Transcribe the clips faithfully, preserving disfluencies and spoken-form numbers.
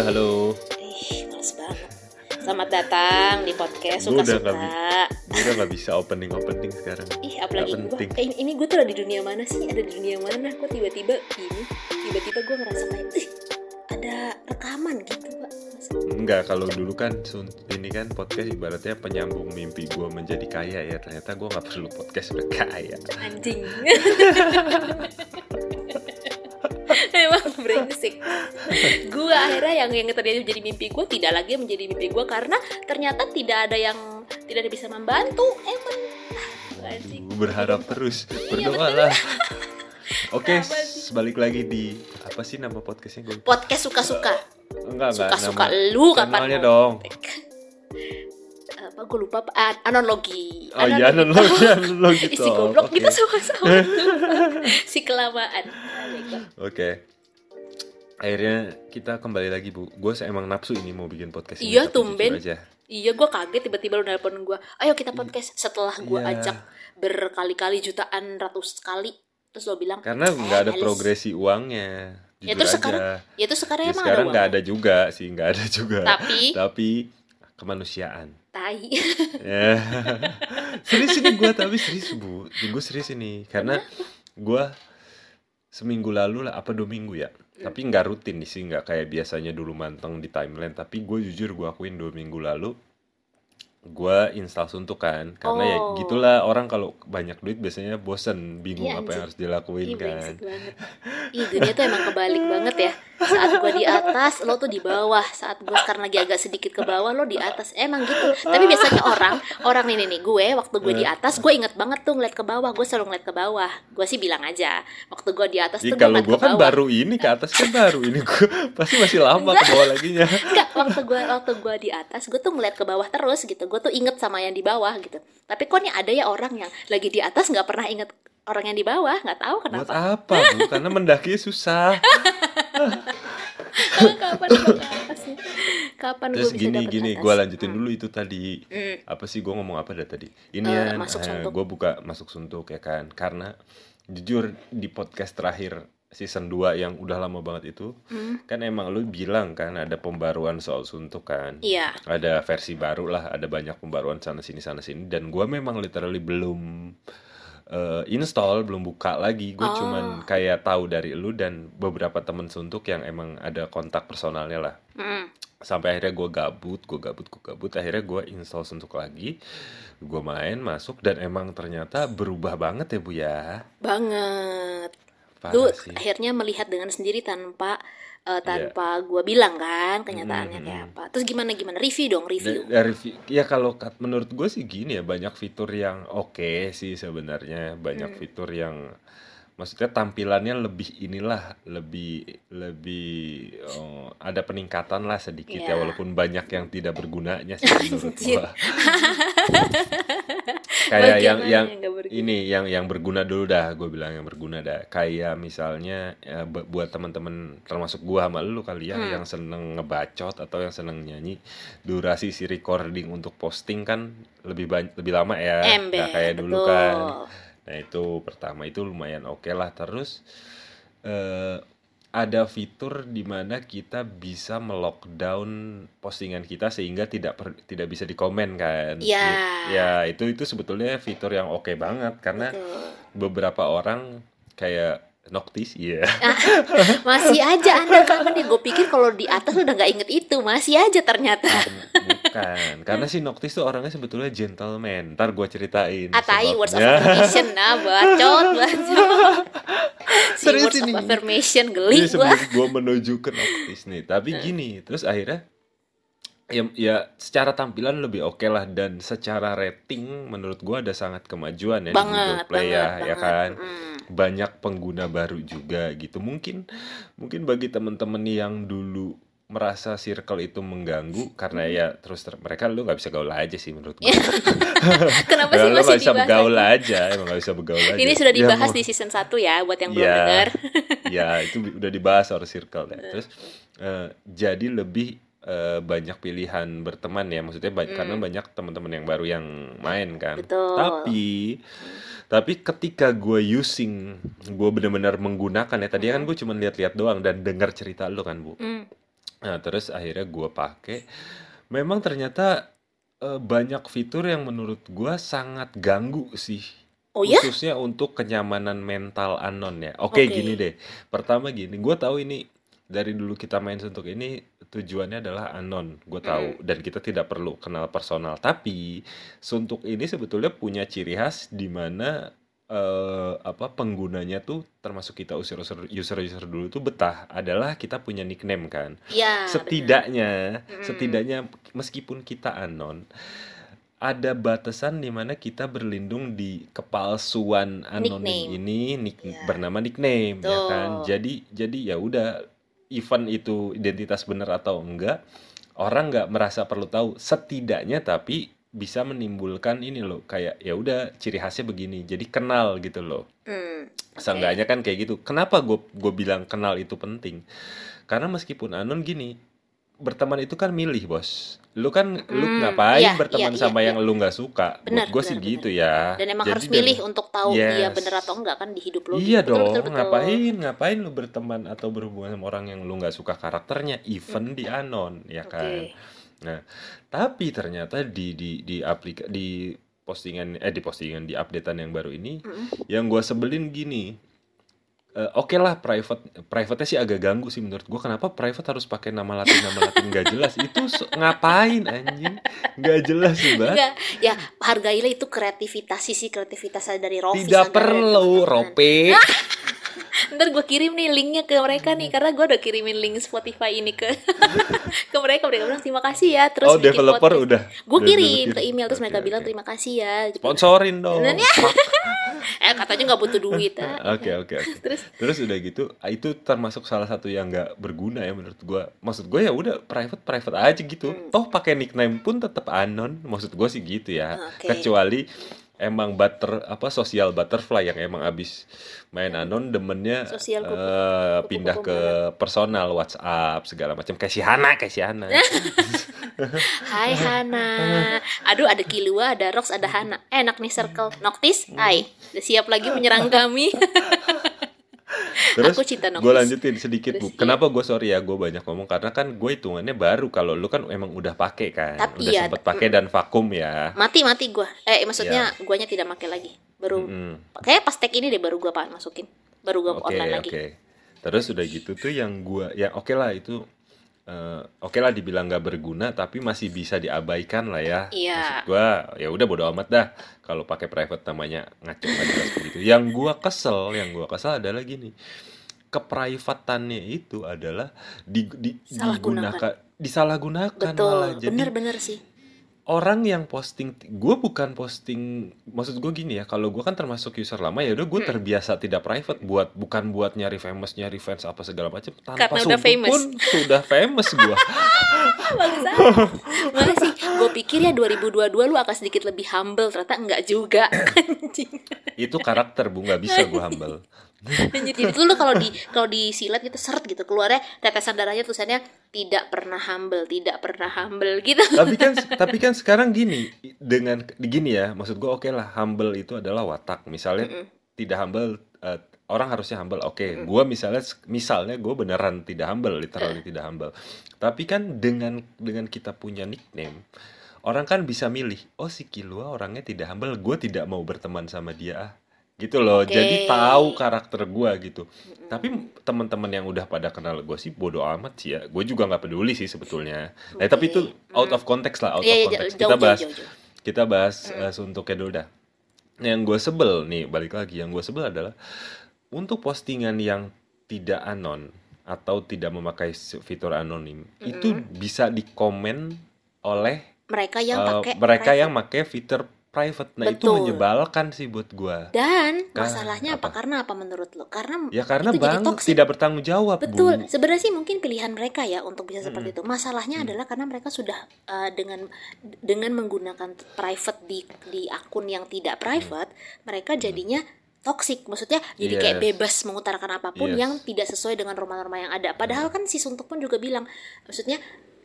halo. Ih, males banget. Selamat datang di podcast Gue udah Suka-Suka. gak, bi- gue udah gak bisa opening-opening sekarang. Ih, apalagi Gak gue. penting. Eh, ini, ini gue tuh ada di dunia mana sih? Ada di dunia mana? Kok tiba-tiba ini? Tiba-tiba gue ngerasa kayak, ih, ada rekaman gitu, Pak. Enggak, kalau dulu kan sun- ini kan podcast ibaratnya penyambung mimpi gue menjadi kaya ya. Ternyata gue gak perlu podcast udah kaya. Anjing. Emang brengsek. Gue akhirnya yang yang terjadi menjadi mimpi gue tidak lagi menjadi mimpi gue karena ternyata tidak ada yang tidak ada bisa membantu. Emang anjing. Gue berharap terus, Iya, berdoalah. Oke, Apa sih? balik lagi di apa sih nama podcastnya gue? Podcast Suka-Suka. Enggak, enggak. Suka-suka nama lu kapan channelnya mau dong. ngetek. Apa gue lupa apa? Ah, analogi. Oh iya, analogi, analogi Isi toh. goblok Oke. kita sama-sama. Si kelamaan. Oke. Akhirnya kita kembali lagi, Bu. Gue emang nafsu ini mau bikin podcast ini. Iya, tapi tumben. jujur aja. Iya, gue kaget tiba-tiba lu nelpon gue. Ayo kita podcast. Setelah gue Iya. ajak berkali-kali jutaan ratus kali, terus lo bilang Karena nggak ada males. progresi uangnya. Jujur Ya terus aja. sekarang, ya terus sekarang Ya, emang sekarang ada nggak uang. ada juga sih, nggak ada juga. Tapi Tapi kemanusiaan. tai. Ya. Serius ini gue, tapi serius Bu. Gue serius ini karena gue seminggu lalu lah, apa dua minggu ya. Tapi nggak rutin sih, nggak kayak biasanya dulu manteng di timeline. Tapi gue jujur gue akuin dua minggu lalu gue install Suntuk kan, karena ya Oh. gitulah orang kalau banyak duit biasanya bosen, bingung Iya, apa yang anjing. harus dilakuin Ih, kan. brengsek banget. Ih, dunia tuh emang kebalik banget ya. Saat gue di atas, lo tuh di bawah. Saat gue sekarang lagi agak sedikit ke bawah, lo di atas. Emang gitu. Tapi biasanya orang, orang nih nih, nih gue waktu gue di atas, gue inget banget tuh ngeliat ke bawah. Gue selalu ngeliat ke bawah. Gue sih bilang aja, waktu gue di atas Ih, tuh gue kalau ngeliat gue ke kan bawah. baru ini ke atas kan baru ini gue pasti masih lama ke bawah laginya. Enggak, waktu gue waktu gue di atas, gue tuh ngeliat ke bawah terus gitu. Gue tuh inget sama yang di bawah gitu. Tapi kok nih ada ya orang yang lagi di atas nggak pernah inget orang yang di bawah, nggak tahu Buat kenapa. apa Bu? Karena mendaki susah. Kapan gue ke atasnya? Kapan gue Terus bisa gini dapet gini atas? gue lanjutin dulu itu tadi. Hmm. Apa sih gue ngomong apa dah tadi? Ini Eh, ya masuk Suntuk. gue buka masuk Suntuk ya kan. Karena jujur di podcast terakhir season dua yang udah lama banget itu, Hmm. kan emang lu bilang kan ada pembaruan soal Suntuk kan. Iya. Ada versi baru lah, ada banyak pembaruan sana sini sana sini, dan gue memang literally belum eh, install, belum buka lagi. Gue Oh. cuman kayak tahu dari lu dan beberapa temen Suntuk yang emang ada kontak personalnya lah. Mm. Sampai akhirnya gue gabut, gue gabut, gue gabut. Akhirnya gue install Suntuk lagi, gue main, masuk, dan emang ternyata berubah banget ya Bu ya. Banget. Parah Lu sih. akhirnya melihat dengan sendiri tanpa eh, tanpa gue bilang kan kenyataannya Mm, kayak mm. apa. Terus gimana gimana review dong, review. Da- Dari vi- ya kalau kat- menurut gue sih gini ya, banyak fitur yang oke sih sebenarnya, banyak Hmm. fitur yang maksudnya tampilannya lebih inilah, lebih lebih oh, ada peningkatan lah sedikit ya, Iya. walaupun banyak yang tidak bergunanya sih menurut Anjir. gua. Kayak yang Bagaimana yang yang nggak berguna? ini yang yang berguna dulu dah, gue bilang yang berguna dah. Kayak misalnya ya, bu- buat teman-teman termasuk gua sama lu kali ya, Hmm. yang seneng ngebacot atau yang seneng nyanyi, durasi si recording untuk posting kan lebih banyak, lebih lama ya, Ember, nggak kayak dulu betul. kan. Nah itu pertama, itu lumayan oke lah. Terus eh, ada fitur di mana kita bisa melockdown postingan kita sehingga tidak per- tidak bisa dikomen kan. Iya. Ya itu itu sebetulnya fitur yang oke banget karena Betul. beberapa orang kayak Noctis, iya. Masih aja Anda kapan ya? Gue pikir kalau di atas udah nggak inget itu, masih aja ternyata. Bukan, karena si Noctis tuh orangnya sebetulnya gentleman. Ntar gue ceritain Atai words of sebabnya. affirmation, nah bacot, bacot. Si Serius words ini. of affirmation geli Ini gue. sebelum gue menuju ke Noctis nih. Tapi gini, terus akhirnya ya, ya secara tampilan lebih oke lah, dan secara rating menurut gue ada sangat kemajuan ya di Google Banget, Play banget, ya, ya banget. kan. Mm. Banyak pengguna baru juga gitu. Mungkin mungkin bagi temen-temen yang dulu merasa circle itu mengganggu karena ya terus ter- mereka lu nggak bisa gaul aja sih menurut gue. Kenapa Ya, sih lu masih nggak bisa dibahas bergaul lagi? aja, emang nggak bisa bergaul aja. Ini sudah Ya, dibahas mau- di season satu ya, buat yang belum Ya, dengar. ya itu bi- udah dibahas soal circle ya. Terus eh, jadi lebih eh, banyak pilihan berteman ya, maksudnya ba- Hmm. karena banyak teman-teman yang baru yang main kan. Betul. Tapi tapi ketika gue using, gue benar-benar menggunakan ya, tadi kan gue cuma lihat-lihat doang dan dengar cerita lu kan Bu. Hmm. Nah, terus akhirnya gue pakai. Memang ternyata eh, banyak fitur yang menurut gue sangat ganggu sih. Oh ya? Khususnya untuk kenyamanan mental anon ya. Oke, Oke. gini deh. Pertama gini, gue tahu ini dari dulu kita main suntuk ini tujuannya adalah anon, gue tahu, Mm. dan kita tidak perlu kenal personal. Tapi suntuk ini sebetulnya punya ciri khas di mana eh, apa penggunanya tuh termasuk kita user-user user-user dulu tuh betah adalah kita punya nickname kan. Ya, benar. Setidaknya, Mm. setidaknya meskipun kita anon, ada batasan di mana kita berlindung di kepalsuan anonim Nickname. ini nick, Ya, bernama nickname ya kan. tuh. Jadi jadi ya udah, event itu identitas benar atau enggak, orang nggak merasa perlu tahu setidaknya, tapi bisa menimbulkan ini loh, kayak ya udah ciri khasnya begini. Jadi kenal gitu loh. Hmm, oke. Seenggaknya kan kayak gitu. Kenapa gue gue bilang kenal itu penting? Karena meskipun anon gini, berteman itu kan milih bos. Lu kan lu Hmm, iya, ngapain iya, berteman iya, sama iya. yang lu nggak suka? Benar, Buat gue sih benar, benar. gitu ya. Dan emang Jadi harus dan milih untuk tahu dia yes, bener atau enggak kan di hidup lo iya gitu. Betul, betul, dong. betul. Ngapain ngapain lu berteman atau berhubungan sama orang yang lu nggak suka karakternya, Hmm, even di anon ya kan. oke. Nah, tapi ternyata di di di aplika di postingan eh di postingan di updatean yang baru ini, Mm. yang gua sebelin gini. Eh, Oke lah, private private sih agak ganggu sih menurut gua. Kenapa private harus pakai nama Latin nama Latin nggak jelas? Itu so- ngapain anjing? Nggak jelas sih, Bat. Enggak, ya hargailah itu kreativitas, sisi kreativitasnya dari Rofi Tidak Sagara dan perlu, teman-teman. Rope. Ntar gue kirim nih linknya ke mereka nih, karena gue udah kirimin link Spotify ini ke ke mereka. Mereka bilang terima kasih ya, terus Oh, bikin developer podcast. udah Gue udah kirim ke kirim. email, terus Oke, mereka bilang oke. terima kasih ya. Gitu. Sponsorin dong. Dan ya, Fuck. eh katanya nggak butuh duit. Ah, ya Oke, kan. oke, oke. Terus Terus udah gitu, ah, itu termasuk salah satu yang nggak berguna ya menurut gua. Maksud gue ya udah private private aja gitu. hmm, Toh pakai nickname pun tetap anon. Maksud gue sih gitu ya. oke. Kecuali emang butter apa sosial butterfly yang emang abis main anon demennya Sosial kupu eh, kupu pindah kupu ke malam. personal WhatsApp segala macam, kayak si Hana, kayak si Hana. Hai Hana. Aduh, ada Kilua, ada Rox, ada Hana. Enak nih circle. Noctis, hai. Udah siap lagi menyerang kami. Terus Aku cinta gue Noctis. lanjutin sedikit Terus Bu. iya. Kenapa gue sorry ya gue banyak ngomong, karena kan gue hitungannya baru. Kalau lu kan emang udah pakai kan, Tapi udah iya, sempet t- pakai mm-mm. dan vakum ya. mati mati gua. Eh maksudnya Ya, guanya tidak pakai lagi. Baru mm-mm. kayak pas tag ini deh baru gua pa- masukin. Baru gua Oke, online oke. lagi. Terus udah gitu tuh yang gue, ya oke lah itu, eh, oke lah dibilang nggak berguna, tapi masih bisa diabaikan lah ya. Maksud Iya. gue ya udah bodo amat dah. Kalau pakai private namanya ngaco nggak jelas begitu. Yang gue kesel, yang gue kesel adalah gini. Keprivatannya itu adalah di, di- Salah gunakan. digunakan, disalahgunakan malah. Betul, Jadi bener-bener sih. orang yang posting, gue bukan posting, maksud gue gini ya, kalau gue kan termasuk user lama ya udah gue Hmm. terbiasa tidak private, buat bukan buat nyari famous, nyari fans apa segala macam. Tanpa Karena udah suntuk famous. pun sudah famous gue. Bangsa. Mana sih? Gue pikir ya dua ribu dua puluh dua lu akan sedikit lebih humble, ternyata enggak juga. Anjing. Itu karakter Bu, nggak bisa gue humble. Anjir, jadi itu lu kalau di kalau disilat gitu seret gitu keluarnya tetesan darahnya tulisannya tidak pernah humble, tidak pernah humble gitu. Tapi kan tapi kan sekarang gini, dengan gini ya, maksud gue oke lah, humble itu adalah watak. Misalnya Mm-mm. tidak humble, eh, orang harusnya humble. Oke, Mm-mm. gue misalnya misalnya gue beneran tidak humble, literally tidak humble. Tapi kan dengan dengan kita punya nickname, orang kan bisa milih, oh si Kilua orangnya tidak humble, gue tidak mau berteman sama dia ah. Gitu loh. Oke. Jadi tahu karakter gue gitu. Mm-mm. Tapi teman-teman yang udah pada kenal gue sih bodo amat sih ya. Gue juga nggak peduli sih sebetulnya. Nah, tapi itu Oke. out Hmm. of context lah, out Iya, of iya, context. jauh, Kita jauh, bahas jauh, jauh. kita bahas Hmm. eh, suntuknya dulu dah. Yang gue sebel nih, balik lagi, yang gue sebel adalah untuk postingan yang tidak anon atau tidak memakai s- fitur anonim, itu Mm-mm. bisa dikomen oleh Mereka yang eh, pakai mereka private. yang pakai fitur private. Nah, itu Betul. menyebalkan sih buat gue. Dan Kan masalahnya apa? apa? Karena apa menurut lo? Karena Ya karena itu jadi bang toksik. tidak bertanggung jawab, Betul. Bu. Sebenarnya sih mungkin pilihan mereka ya untuk bisa seperti Mm-mm. itu. Masalahnya Hmm. adalah karena mereka sudah uh, dengan dengan menggunakan private di di akun yang tidak private, mereka Hmm. jadinya toksik. Maksudnya jadi kayak Yes, bebas mengutarakan apapun yang yes. tidak sesuai dengan norma-norma yang ada. Padahal Hmm. kan si Suntuk pun juga bilang, maksudnya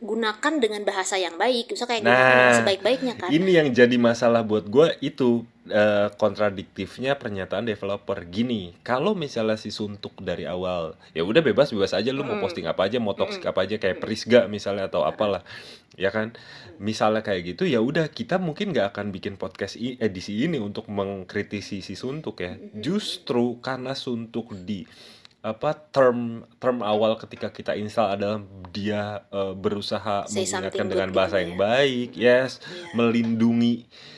gunakan dengan bahasa yang baik, misalnya kayak gunakan Nah, dengan sebaik-baiknya kan. ini yang jadi masalah buat gue itu eh, kontradiktifnya pernyataan developer. Gini, kalau misalnya si Suntuk dari awal, ya udah bebas-bebas aja lu mau posting apa aja, mau toxic apa aja kayak Prisga misalnya atau apalah, ya kan? Misalnya kayak gitu, ya udah kita mungkin nggak akan bikin podcast i- edisi ini untuk mengkritisi si Suntuk ya. Justru karena Suntuk di apa term term awal ketika kita install adalah dia eh, berusaha Say menggunakan something dengan good bahasa gitu yang ya. baik, yes, Iya. melindungi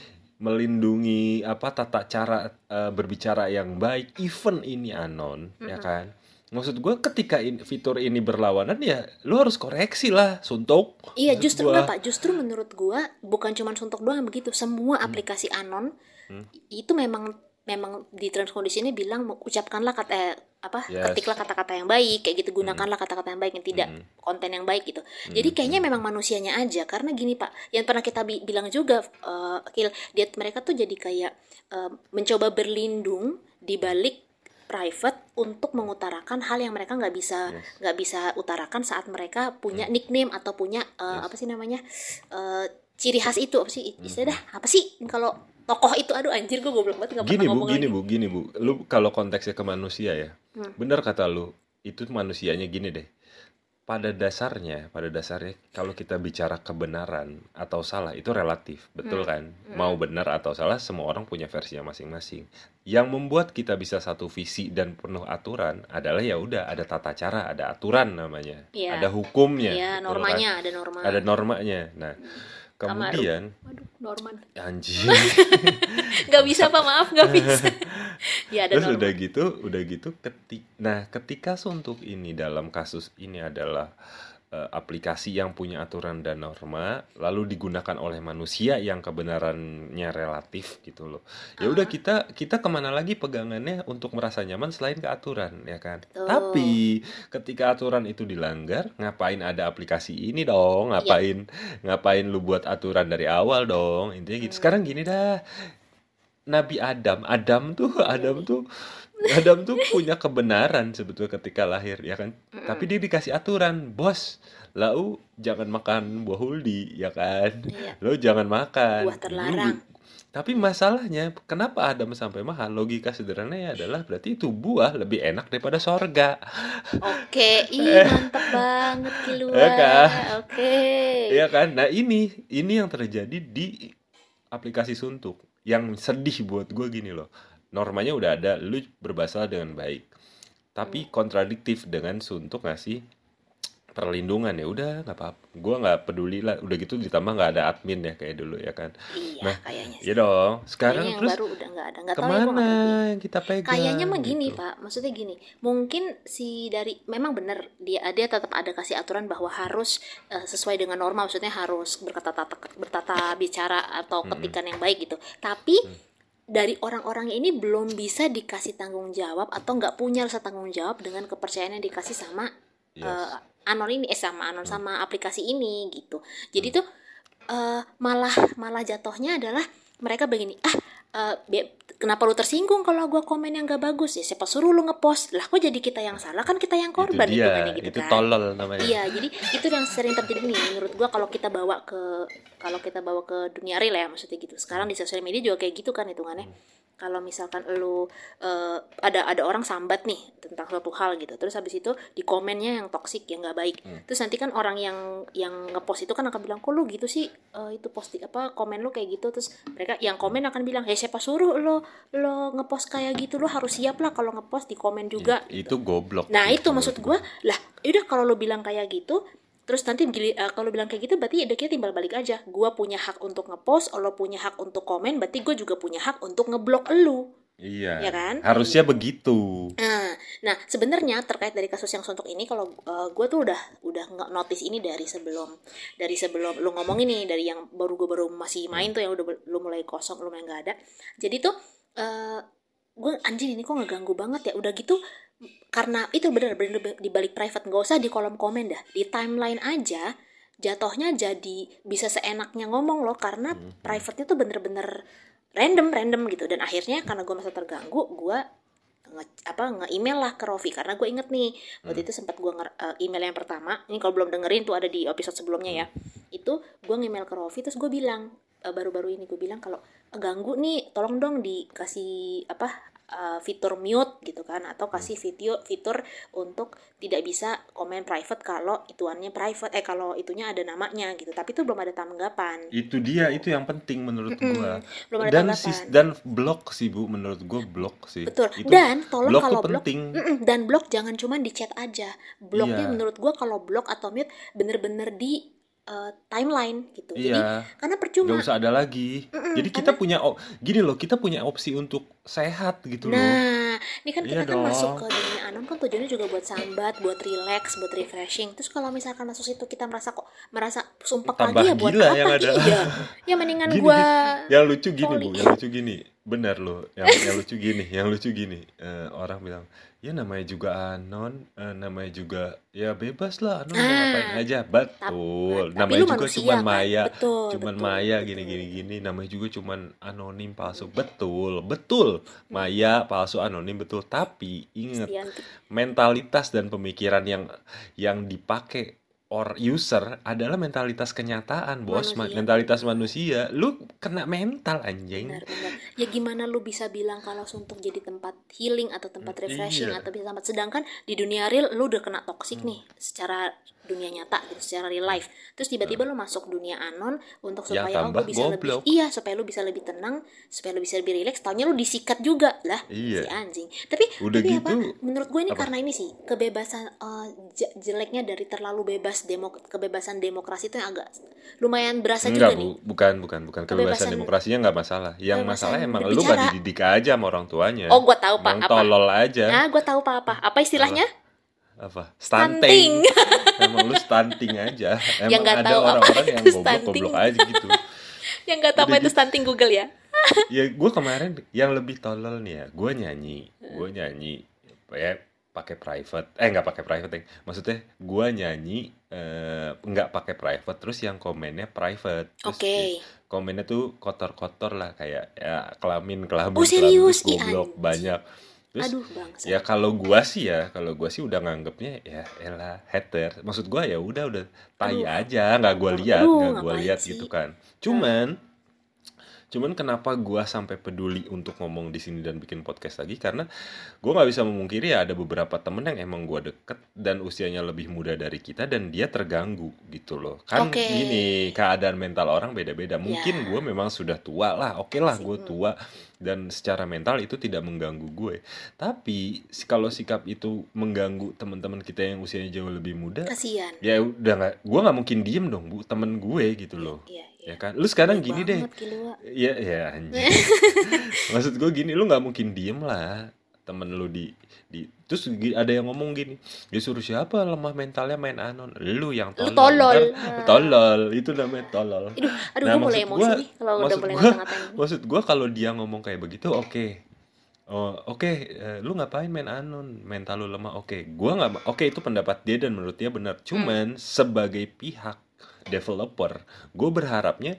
melindungi apa tata cara eh, berbicara yang baik, even ini anon, ya kan? Maksud gue ketika in- fitur ini berlawanan ya lu harus koreksi lah, Suntuk. Iya, Maksud justru gua. enggak Pak, justru menurut gua bukan cuma Suntuk doang yang begitu, semua aplikasi anon itu memang memang di terms condition ini bilang ucapkanlah kata eh, apa Yes. ketiklah kata-kata yang baik kayak gitu, gunakanlah kata-kata yang baik yang tidak konten yang baik gitu. Jadi kayaknya memang manusianya aja, karena gini Pak, yang pernah kita bi- bilang juga eh, Akil, dia mereka tuh jadi kayak eh, mencoba berlindung di balik private untuk mengutarakan hal yang mereka nggak bisa nggak bisa utarakan saat mereka punya nickname atau punya eh, apa sih namanya eh, ciri khas itu, apa sih istilah dah apa sih kalau tokoh itu, aduh anjir gue goblok banget nggak pernah Gini bu, ngomong gini lagi. bu, gini bu. Lu kalau konteksnya ke manusia ya, bener kata lu. Itu manusianya gini deh. Pada dasarnya, pada dasarnya kalau kita bicara kebenaran atau salah itu relatif, betul kan? Mau benar atau salah, semua orang punya versinya masing-masing. Yang membuat kita bisa satu visi dan penuh aturan adalah ya udah ada tata cara, ada aturan namanya, Iya. ada hukumnya, Iya, betul normanya kan? ada norma. Ada normanya. Nah, kemudian Waduh, Norman. anjing. Nggak bisa Pak, maaf nggak bisa. Ya ada Terus norma. udah gitu, udah gitu ketik. Nah, ketika Suntuk ini dalam kasus ini adalah eh, aplikasi yang punya aturan dan norma, lalu digunakan oleh manusia yang kebenarannya relatif gitu loh. Ya udah kita kita kemana lagi pegangannya untuk merasa nyaman selain ke aturan, ya kan? Betul. Tapi ketika aturan itu dilanggar, ngapain ada aplikasi ini dong? Ngapain ngapain lu buat aturan dari awal dong? Intinya gitu. Sekarang gini dah. Nabi Adam, Adam tuh, Adam tuh, Adam tuh punya kebenaran sebetulnya ketika lahir, ya kan? Tapi dia dikasih aturan, bos, lau jangan makan buah huldi, ya kan? Iya. Lo jangan makan. Buah terlarang. Lu- tapi masalahnya, kenapa Adam sampai makan? Logika sederhananya adalah berarti itu buah lebih enak daripada sorga. Oke, ih mantep banget Kilua. Ya kan? Oke. Iya kan? Nah ini, ini yang terjadi di aplikasi Suntuk. Yang sedih buat gue gini loh, normanya udah ada, lu berbahasa dengan baik, tapi kontradiktif dengan Suntuk ngasih perlindungan. Ya udah nggak apa-apa, gue nggak peduli lah. Udah gitu ditambah nggak ada admin ya kayak dulu ya kan. Iya, Nah, kayaknya sih. iya dong. Sekarang Kayaknya yang terus baru udah nggak ada. Nggak tahu ya, gua kemana nggak peduli. yang kita pegang? Kayaknya mah gini gitu. Pak, maksudnya gini, mungkin si dari memang benar dia dia tetap ada kasih aturan bahwa harus eh, sesuai dengan norma, maksudnya harus berkata tata, bertata bicara atau ketikan yang baik gitu. Tapi dari orang-orangnya ini belum bisa dikasih tanggung jawab atau nggak punya rasa tanggung jawab dengan kepercayaan yang dikasih sama Yes. eh, anon ini eh sama anon sama aplikasi ini gitu. Jadi tuh eh, malah malah jatuhnya adalah mereka begini, ah eh, be- kenapa lu tersinggung kalau gua komen yang gak bagus? Ya siapa suruh lu ngepost? Lah kok jadi kita yang salah, kan kita yang korban Itu dia, hitungannya gitu itu kan. tolol namanya. Iya, jadi itu yang sering terjadi nih menurut gua kalau kita bawa ke kalau kita bawa ke dunia real ya, maksudnya gitu. Sekarang di sosial media juga kayak gitu kan hitungannya. Kalau misalkan lu eh, ada ada orang sambat nih tentang suatu hal gitu, terus habis itu di komennya yang toksik, yang nggak baik, terus nanti kan orang yang yang ngepost itu kan akan bilang, kok lu gitu sih, eh, itu posting apa komen lu kayak gitu, terus mereka yang komen akan bilang, hey siapa suruh lo lo ngepost kayak gitu, lo harus siap lah kalau ngepost di komen juga. Itu goblok. Nah gitu itu maksud gue lah, yaudah kalau lo bilang kayak gitu, terus nanti gili- uh, kalau bilang kayak gitu berarti ya udah kita timbal balik aja. Gue punya hak untuk ngepost, lo punya hak untuk komen, berarti gue juga punya hak untuk ngeblok elu. Iya. Ya kan? Harusnya begitu. Nah, nah sebenarnya terkait dari kasus yang Suntuk ini, kalau uh, gue tuh udah udah nggak notice ini dari sebelum dari sebelum lu ngomong ini, dari yang baru gue baru masih main tuh yang udah lu mulai kosong, lu mulai nggak ada. Jadi tuh uh, gue anjing ini kok ngeganggu banget ya. Udah gitu karena itu benar-benar di balik private, nggak usah di kolom komen dah, di timeline aja jatuhnya jadi bisa seenaknya ngomong loh, karena private-nya tuh bener-bener random random gitu. Dan akhirnya karena gue merasa terganggu, gue nge apa nge-email lah ke Rofi karena gue inget nih waktu Hmm. itu sempat gue nge- uh, email yang pertama ini kalau belum dengerin tuh ada di episode sebelumnya ya itu gue nge-email ke Rofi terus gue bilang uh, baru-baru ini gue bilang kalau "Eh, ganggu nih tolong dong dikasih apa uh, fitur mute gitu kan atau kasih video fitur untuk tidak bisa komen private kalau ituannya private eh kalau itunya ada namanya gitu tapi itu belum ada tanggapan Itu dia, itu yang penting menurut gua. belum ada Dan tanggapan. sis dan blok sih Bu, menurut gua blok sih. Betul. Itu Dan tolong blok tuh kalau blog penting. mm-mm, dan blog jangan cuma di chat aja. Blognya Iya. menurut gua kalau blog atau mute bener-bener di uh, timeline gitu. Jadi Iya. karena percuma. Gak usah ada lagi. Mm-mm, Jadi kita punya op- gini loh, kita punya opsi untuk sehat gitu loh. Nah, ini kan Iya kita kan dong. masuk ke dunia anon kan tujuannya juga buat sambat, buat relax, buat refreshing. Terus kalau misalkan masuk situ kita merasa kok merasa sumpek Tambah lagi ya buat gila apa? yang ada. Iya. Ya mendingan Gini, gua yang lucu gini Sorry. Bu, yang lucu gini. Benar loh, yang yang lucu gini, yang lucu gini. Eh, orang bilang, "Ya namanya juga anon, eh, namanya juga ya bebas lah anon mau Ah. ngapain aja." Betul. tapi Namanya lu juga manusia cuman kan? maya, Betul, cuman betul, maya betul. gini gini gini. Namanya juga cuman anonim palsu. Betul, betul. Maya palsu anonim betul. Tapi ingat, Stianti. mentalitas dan pemikiran yang yang dipakai or user adalah mentalitas kenyataan, Bos. Ma- Manusia. Mentalitas manusia. Lu kena mental anjing. Benar, benar. Ya gimana lu bisa bilang kalau suntuk jadi tempat healing atau tempat refreshing Iya. atau bisa tempat sedangkan di dunia real lu udah kena toxic nih secara dunia nyata gitu, secara real life. Terus tiba-tiba lu masuk dunia anon untuk Ya, supaya oh, tambah lu bisa goblok. lebih iya, supaya lu bisa lebih tenang, supaya lu bisa lebih relax. Taunya lu disikat juga lah Iya. si anjing. Tapi Udah tapi gitu, apa? Menurut gue ini apa? karena ini sih kebebasan eh, je- jeleknya dari terlalu bebas demo kebebasan demokrasi itu yang agak lumayan berasa Enggak, juga nih. Bu. Bukan, bukan, bukan. Kebebasan Kebebasan- demokrasinya nggak masalah. Yang kebebasan masalah emang lu berbicara. gak dididik aja sama orang tuanya. Oh, gua tahu, Pak. Emang Apa? tolol aja. Nah, gue tahu apa-apa. Apa istilahnya? Apa? Stunting. Stunting. Emang lu stunting aja. Emang Yang nggak ada tahu apa orang-orang yang itu goblok-goblok stunting. aja gitu. Yang nggak tahu Udah apa itu gitu. stunting Google ya? Ya, gue kemarin yang lebih tolol nih ya, gue nyanyi, gue nyanyi, ya pakai private, eh nggak pakai private, ya. Maksudnya gue nyanyi eh, nggak pakai private, terus yang komennya private, terus Oke. ya, komennya tuh kotor-kotor lah kayak ya kelamin kelamin Oh, serius? kelamin Ih, goblok anjing. banyak. Terus Aduh, bangsa. ya kalau gua sih ya, kalau gua sih udah nganggepnya ya elah hater. Maksud gua ya udah udah tai Aduh. aja, nggak gua lihat, Aduh, nggak gua ngapain lihat sih? gitu kan. Cuman cuman kenapa gua sampai peduli untuk ngomong di sini dan bikin podcast lagi karena gua nggak bisa memungkiri ya ada beberapa temen yang emang gua deket dan usianya lebih muda dari kita dan dia terganggu gitu loh. Kan Oke. gini, keadaan mental orang beda-beda. Mungkin Ya. gua memang sudah tua lah. Oke lah, Sih, gua hmm. tua dan secara mental itu tidak mengganggu gue. Tapi si- kalau sikap itu mengganggu teman-teman kita yang usianya jauh lebih muda, Kasihan. ya udah nggak, gue nggak mungkin diem dong Bu, temen gue gitu loh, Iya, ya iya. kan? Lu sekarang Baik gini deh, banget, Kilua. ya ya anjing. Maksud gue gini, lu nggak mungkin diem lah temen lu di di terus gi- ada yang ngomong gini, disuruh siapa lemah mentalnya main anon, lu yang Lu tolol, tolol. Ntar- tolol itu namanya tolol. Aduh, aduh Nah, gue mulai maksud emosi gua- nih kalau udah maksud mulai gua- ngata-ngatain ini. Maksud gue kalau dia ngomong kayak begitu, oke. Oh, oke, eh, lu ngapain main anon? Mental lu lemah. Oke, gua nggak. Oke, itu pendapat dia dan menurut dia benar. Cuman sebagai pihak developer, gue berharapnya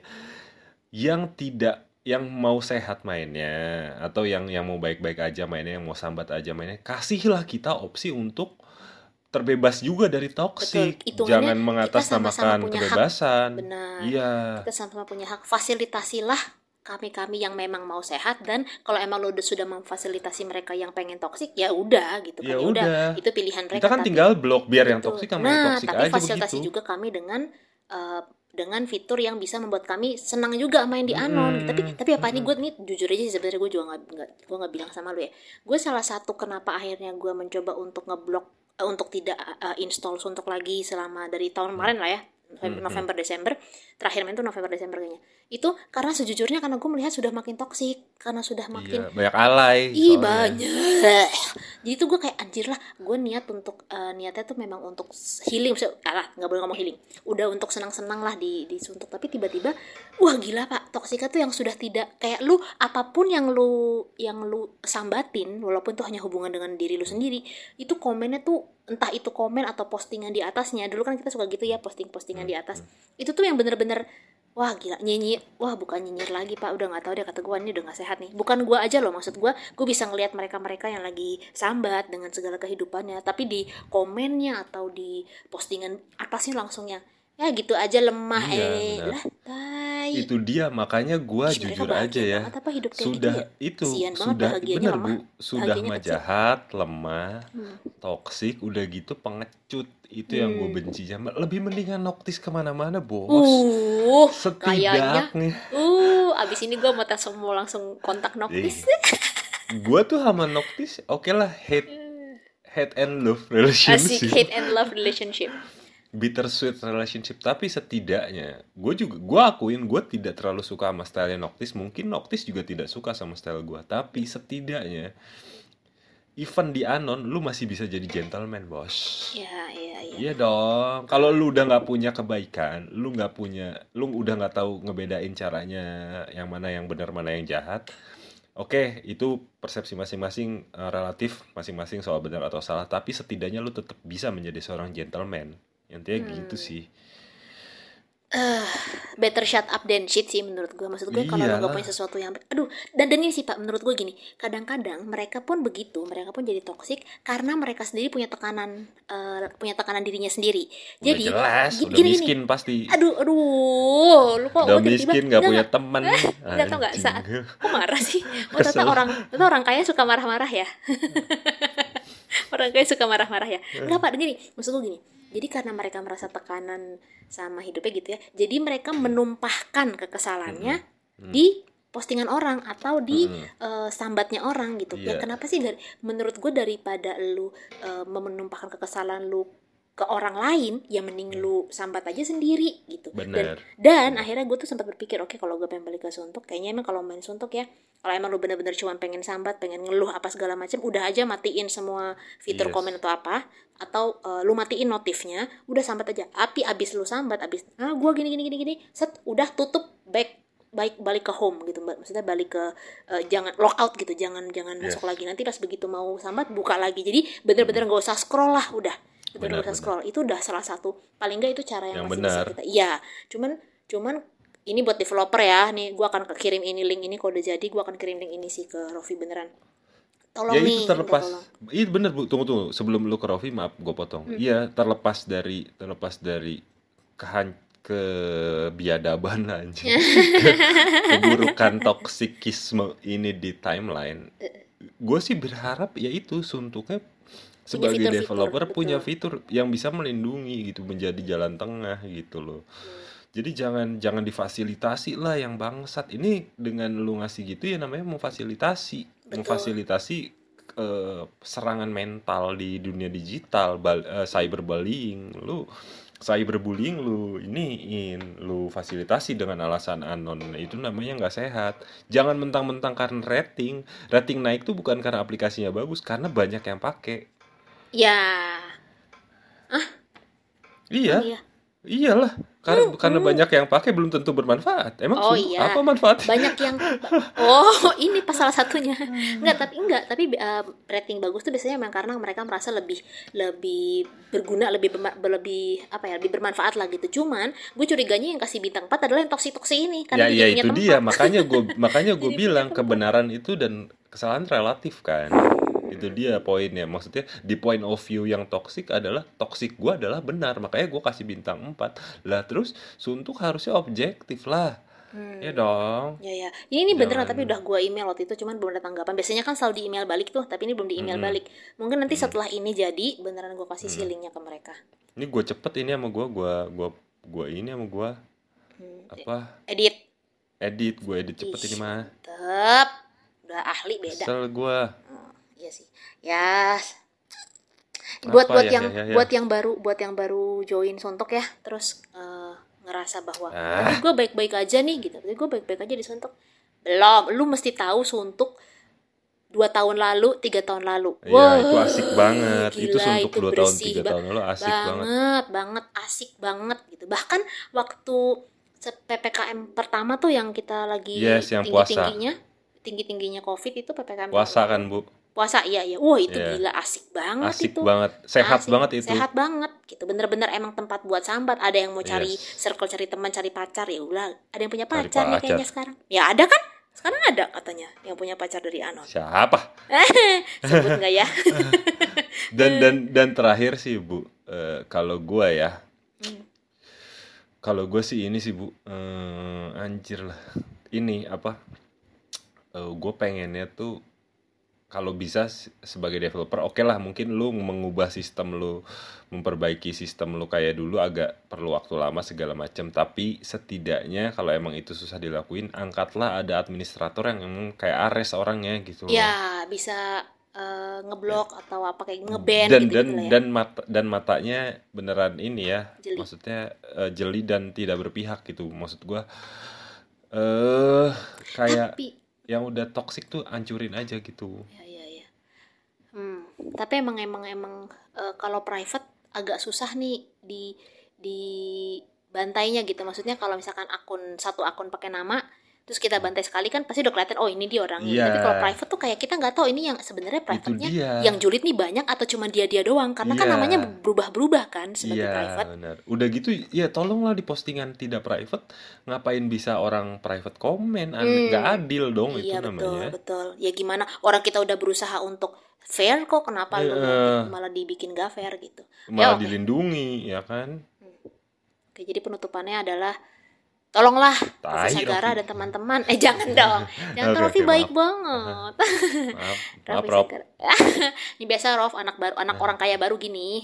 yang tidak yang mau sehat mainnya atau yang yang mau baik-baik aja mainnya, yang mau sambat aja mainnya, kasihlah kita opsi untuk terbebas juga dari toksik. Betul, hitungannya Jangan kita mengatasnamakan sama-sama punya hak. kebebasan. Benar. Iya. Kita sama-sama punya hak. Fasilitasilah kami-kami yang memang mau sehat dan kalau emang lo udah sudah memfasilitasi mereka yang pengen toksik ya udah gitu kan. Ya Ya udah, udah. itu pilihan mereka. Kita kan tapi- tinggal blok biar yang Betul. toksik sama yang Nah, toksik tapi aja fasilitasi begitu. juga kami dengan eh, dengan fitur yang bisa membuat kami senang juga main di anon. Hmm, Tapi tapi apa nih gue nih jujur aja sih sebenarnya gue juga nggak nggak gue nggak bilang sama lu ya. Gue salah satu kenapa akhirnya gue mencoba untuk ngeblok eh, untuk tidak eh, install suntuk lagi selama dari tahun kemarin lah ya. November, Hmm, November Desember terakhir main tuh November Desember kayaknya. Itu karena sejujurnya karena gue melihat sudah makin toksik, karena sudah makin Iya, banyak alay. ih soalnya. banyak. Jadi tuh gue kayak anjir lah, gue niat untuk eh, niatnya tuh memang untuk healing, maksudnya, alah nggak boleh ngomong healing, udah untuk senang-senang lah di disuntuk. Tapi tiba-tiba, wah gila pak, toksika tuh yang sudah tidak kayak lu apapun yang lu yang lu sambatin, walaupun itu hanya hubungan dengan diri lu sendiri, itu komennya tuh entah itu komen atau postingan di atasnya. Dulu kan kita suka gitu ya posting-postingan di atas. Itu tuh yang bener-bener wah gila nyinyir, wah bukan nyinyir lagi pak, udah nggak tahu deh kata gue ini udah nggak sehat nih. Bukan gue aja loh, maksud gue, gue bisa ngelihat mereka-mereka yang lagi sambat dengan segala kehidupannya, tapi di komennya atau di postingan atasnya langsung yang ya gitu aja lemah Iya, eh benar. lah tai. Itu dia, makanya gua Ih, mereka jujur aja bahagia ya. banget apa hidup kayak gitu Sudah ya? itu, Kesian banget sudah bahagianya bener lemah, Bu, sudah bahagianya mah kecil. jahat, lemah, Hmm. toksik, udah gitu pengecut. Itu yang gue Hmm. benci sama. Lebih mendingan noktis kemana-mana, bos. Uh, kayaknya, Setidaknya, uh, abis ini gue mau tes mau langsung kontak eh, Noktis. gua tuh sama noktis, oke lah, hate, hate and love Asik relationship. hate and love relationship. Bittersweet relationship, tapi setidaknya gue juga gue akuin gue tidak terlalu suka sama style Noctis, mungkin Noctis juga tidak suka sama style gue, tapi setidaknya even di anon lu masih bisa jadi gentleman, bos. Ya, iya, iya. Iya dong, kalau lu udah nggak punya kebaikan, lu nggak punya, lu udah nggak tahu ngebedain caranya yang mana yang benar mana yang jahat. Oke, itu persepsi masing-masing, eh, relatif masing-masing soal benar atau salah, tapi setidaknya lu tetap bisa menjadi seorang gentleman. Intinya gitu sih. Eh, better shut up than shit sih menurut gue. Maksud gue kalau lu Iyalah. gak punya sesuatu yang, aduh, dan dan ini sih pak, menurut gue gini, kadang-kadang mereka pun begitu, mereka pun jadi toksik karena mereka sendiri punya tekanan, eh, punya tekanan dirinya sendiri. Udah Jadi jelas, gini, udah gini, gini. miskin pasti. Aduh, aduh, lu kok Udah gue tiba-tiba miskin, nggak nggak, punya nggak, teman. nggak tau nggak Anjing. saat, kok marah sih? Oh Kesel. ternyata orang, ternyata orang kaya suka marah-marah ya. Orang kaya suka marah-marah ya. Enggak pak, gini, maksud gue gini. Jadi karena mereka merasa tekanan sama hidupnya gitu ya, jadi mereka menumpahkan kekesalannya Hmm. di postingan orang atau di Hmm. eh, sambatnya orang gitu. Ya Iya. kenapa sih dari, menurut gue daripada lu eh, menumpahkan kekesalan lu ke orang lain, ya mending lu sambat aja sendiri gitu. Dan Bener. dan akhirnya gue tuh sempat berpikir, oke kalau gue pengen balik ke suntuk, kayaknya emang kalau main suntuk ya, kalau emang lu bener-bener cuma pengen sambat, pengen ngeluh apa segala macam, udah aja matiin semua fitur Yes. komen atau apa, atau uh, lu matiin notifnya, udah sambat aja. Tapi abis lu sambat, abis ah gue gini gini gini gini, set udah tutup, back baik balik ke home gitu, Mbak. Maksudnya balik ke uh, jangan lock out gitu, jangan jangan Yes. masuk lagi. Nanti pas begitu mau sambat buka lagi. Jadi bener-bener nggak usah scroll lah, udah. Bener Benar, nggak usah scroll. Itu udah salah satu, paling nggak itu cara yang, Yang masih benar. bisa kita. Iya, cuman cuman ini buat developer ya, nih gue akan kirim ini link ini kalau udah jadi gue akan kirim link ini sih ke Rofi beneran. Tolong Ya nih, itu minta terlepas. tolong. Iya bener Bu, tunggu tunggu. Sebelum lu ke Rofi, maaf gue potong. Iya, terlepas dari terlepas dari kehan kebiadaban anjing. Keburukan toksikisme ini di timeline. Gue sih berharap ya itu suntuknya sebagai fitur-fitur, developer betul. punya fitur yang bisa melindungi gitu, menjadi jalan tengah gitu loh. Jadi jangan jangan difasilitasi lah yang bangsat. Ini dengan lu ngasih gitu ya namanya memfasilitasi, Betul. memfasilitasi eh, serangan mental di dunia digital, bal- eh, cyberbullying. Lu cyberbullying lu iniin, lu fasilitasi dengan alasan anon. Itu namanya nggak sehat. Jangan mentang-mentang karena rating. Rating naik tuh bukan karena aplikasinya bagus, karena banyak yang pakai. Ya, Iya. iya. Iyalah, karena karena banyak yang pakai belum tentu bermanfaat. Emang Oh suntuk iya. apa manfaatnya? Banyak yang oh ini pas salah satunya. Enggak, tapi enggak, tapi uh, rating bagus tuh biasanya memang karena mereka merasa lebih lebih berguna, lebih berma- lebih apa ya, lebih bermanfaat lah gitu. Cuman gue curiganya yang kasih bintang empat adalah yang toksik-toksik ini Ya, karena dia ya punya itu tempat. dia. Makanya gue makanya gue Jadi punya bilang tempat. kebenaran itu dan kesalahan relatif kan. Itu dia poinnya. Maksudnya di point of view yang toksik adalah toksik gue adalah benar. Makanya gue kasih bintang empat. Lah terus suntuk harusnya objektif lah. Hmm. Ya dong. Ya ya. Ini ini beneran Jangan. tapi udah gue email waktu itu cuman belum ada tanggapan. Biasanya kan selalu di email balik tuh, tapi ini belum di email Mm-mm. balik. Mungkin nanti setelah ini jadi beneran gue kasih si linknya ke mereka. Ini gue cepet ini sama gue, gue gue gue ini sama gue Hmm. apa Edit. edit, gue edit cepet Ih, ini mah. Tetep. Udah ahli beda. Kesel gue. Oh, iya sih. Ya. Buat Apa buat ya, yang ya, ya, ya. buat yang baru buat yang baru join Sontok ya, terus eh, ngerasa bahwa Ah. gue baik-baik aja nih gitu. Gue baik-baik aja di Sontok. Belum, lu mesti tahu Sontok dua tahun lalu, tiga tahun lalu. Iya, Wah, itu asik banget. gila, Itu suntuk itu dua tahun, bersih tiga ba- tahun lalu asik banget. banget, banget asik banget gitu. Bahkan waktu se- P P K M pertama tuh yang kita lagi Yes, yang puasa. tinggi-tingginya, tinggi-tingginya Covid itu P P K M Puasa kan, Bu? Puasa, iya iya. Wah, itu Iya. gila asik banget Asik itu. banget, sehat Asik, banget itu. Sehat banget gitu. Bener-bener emang tempat buat sambat. Ada yang mau cari Yes. circle, cari teman, cari pacar, ya udah. Ada yang punya Cari pacar nih pacar. kayaknya sekarang. Ya ada kan? Sekarang ada katanya yang punya pacar dari Anon. Siapa? Sebut nggak ya? Dan dan dan terakhir sih Bu, eh, kalau gua ya, Hmm. kalau gue sih ini sih Bu, eh, anjir lah. Ini apa? Eh, gue pengennya tuh kalau bisa s- sebagai developer, oke lah mungkin lu mengubah sistem lu, memperbaiki sistem lu kayak dulu agak perlu waktu lama segala macam. Tapi setidaknya kalau emang itu susah dilakuin, angkatlah ada administrator yang emang kayak Ares orangnya gitu loh. Ya bisa eh, ngeblok atau apa kayak ngeband dan gitu dan lah ya. dan mata dan matanya beneran ini ya, Jeli. maksudnya eh, jeli dan tidak berpihak gitu. Maksud gua eh kayak Tapi yang udah toksik tuh hancurin aja gitu. ya ya ya. Hmm, tapi emang emang emang eh, kalau private agak susah nih di di bantainya gitu. Maksudnya kalau misalkan akun satu akun pakai nama terus kita bantai sekali kan pasti udah kelihatan oh ini dia orangnya. Iya. Tapi kalau private tuh kayak kita nggak tahu ini yang sebenarnya Itu private-nya dia. yang julid nih banyak atau cuma dia-dia doang karena kan Iya. namanya berubah-berubah kan sebagai Iya private. benar. Udah gitu ya tolonglah di postingan tidak private, ngapain bisa orang private komen? An- Hmm. Nggak adil dong itu Iya betul namanya. betul. Ya gimana orang kita udah berusaha untuk fair kok kenapa lu Iya. malah dibikin gak fair gitu. Malah Ya, oke. dilindungi ya kan. Oke, jadi penutupannya adalah tolonglah Tai, Rofi Sagara Rofi. dan teman-teman. Eh jangan dong. Jangan Oke, Rofi oke, baik maaf. banget. Maaf, maaf Rofi Rob. Sagara. Ini biasa Rof anak baru anak orang kaya baru gini.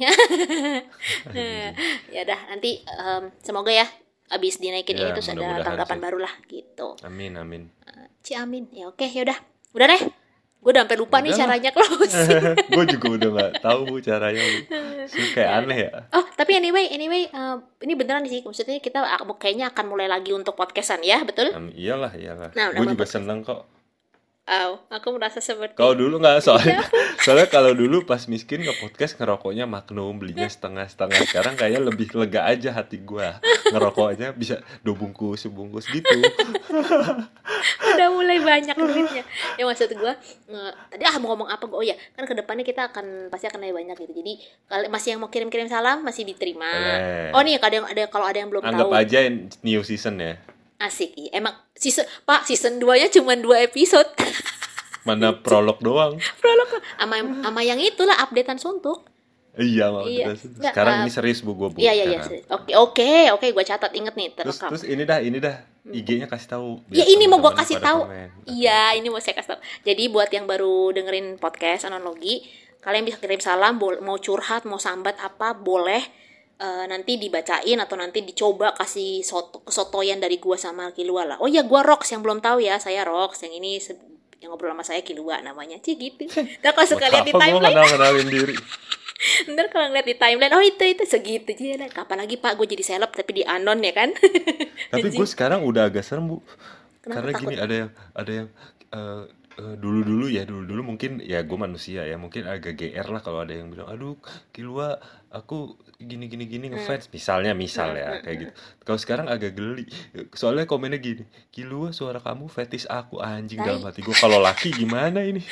Ya udah nanti em, semoga ya abis dinaikin Ya, ini terus ada mudah-mudahan tanggapan sih. baru lah gitu. Amin amin. Ci amin. Ya oke ya udah. Udah deh. Gue udah sampai lupa nih Udah lah. caranya closing. Gue juga udah nggak tahu Bu caranya Bu. Sih, kayak aneh ya. Oh, tapi anyway, anyway, eh, ini beneran sih. Maksudnya kita ak- kayaknya akan mulai lagi untuk podcastan ya, betul? Am- iyalah iyalah. Nah, Gue nama juga podcast. seneng kok. Oh, aku merasa seperti Kalau dulu nggak soalnya soalnya kalau dulu pas miskin nge podcast ngerokoknya Magnum belinya setengah-setengah. Sekarang kayaknya lebih lega aja hati gue, ngerokoknya bisa dua bungkus sebungkus gitu. udah mulai banyak duitnya. Ya maksud gue, nge- tadi ah mau ngomong apa gue? Oh ya, kan kedepannya kita akan pasti akan lebih banyak gitu. Jadi kalau masih yang mau kirim-kirim salam masih diterima. Boleh. Oh nih, ada yang ada kalau ada yang belum Anggap tahu. aja new season ya. Asik, iya. Emang season Pak, season dua-nya cuma dua episode. Mana prolog doang. Prolog sama sama yang itulah updatean suntuk. Iya mau Iya. jelas. Nggak, Sekarang uh, ini serius Bu gue Bu. Iya iya iya. sekarang. Oke oke oke, gue catat inget nih Terus terekam. terus ini dah ini dah I G-nya kasih tahu. Ya biar ini mau gue teman-teman kasih pada tahu. komen. Iya, ini mau saya kasih tahu. Jadi buat yang baru dengerin podcast Analogi, kalian bisa kirim salam, bol- mau curhat, mau sambat apa boleh. Eh, nanti dibacain atau nanti dicoba kasih soto kesotoyan dari gua sama Kilua lah. Oh iya, gua Rox yang belum tahu ya, saya Rox. Yang ini se- yang ngobrol sama saya Kilua namanya. Cih gitu. Ntar kalau suka lihat di Apa gue timeline, kenal kenalin diri. ntar kalau ngeliat di timeline, oh itu itu segitu aja lah. Kapan lagi Pak gue jadi seleb tapi di anon ya kan? Tapi gue sekarang udah agak serem Bu. Kenapa Karena takut? gini ada yang ada yang eh, eh, dulu-dulu ya dulu-dulu mungkin ya gue manusia ya mungkin agak G R lah kalau ada yang bilang aduh Kilua aku gini gini gini ngefans misalnya misal ya kayak gitu. Kalau sekarang agak geli soalnya komennya gini Kilua suara kamu fetis aku anjing Tai. dalam hati gue kalau laki gimana ini.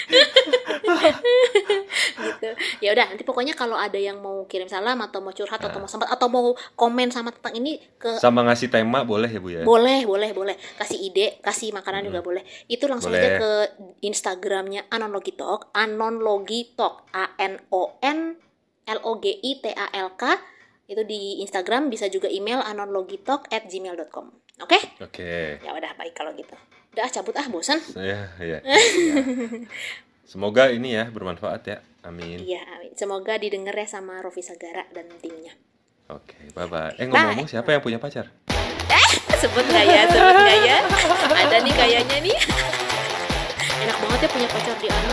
Gitu. Ya udah nanti pokoknya kalau ada yang mau kirim salam atau mau curhat atau mau sambat atau mau komen sama tentang ini ke Sama ngasih tema boleh ya Bu ya. boleh boleh boleh kasih ide kasih makanan juga boleh itu langsung Boleh. aja ke Instagramnya Anonlogi Talk Anonlogi Talk A N O N L O G I T A L K itu di Instagram bisa juga email anonlogitalk at gmail dot com oke Oke. ya udah baik kalau gitu udah cabut ah bosan Ya, ya, ya. Semoga ini ya bermanfaat ya. Amin. iya amin. Semoga didengar ya sama Rofi Sagara dan timnya. Oke, bye bye. Eh ngomong-ngomong siapa yang punya pacar? Sebut nggak ya sebut nggak ya ada nih kayaknya nih enak banget ya punya pacar di Anon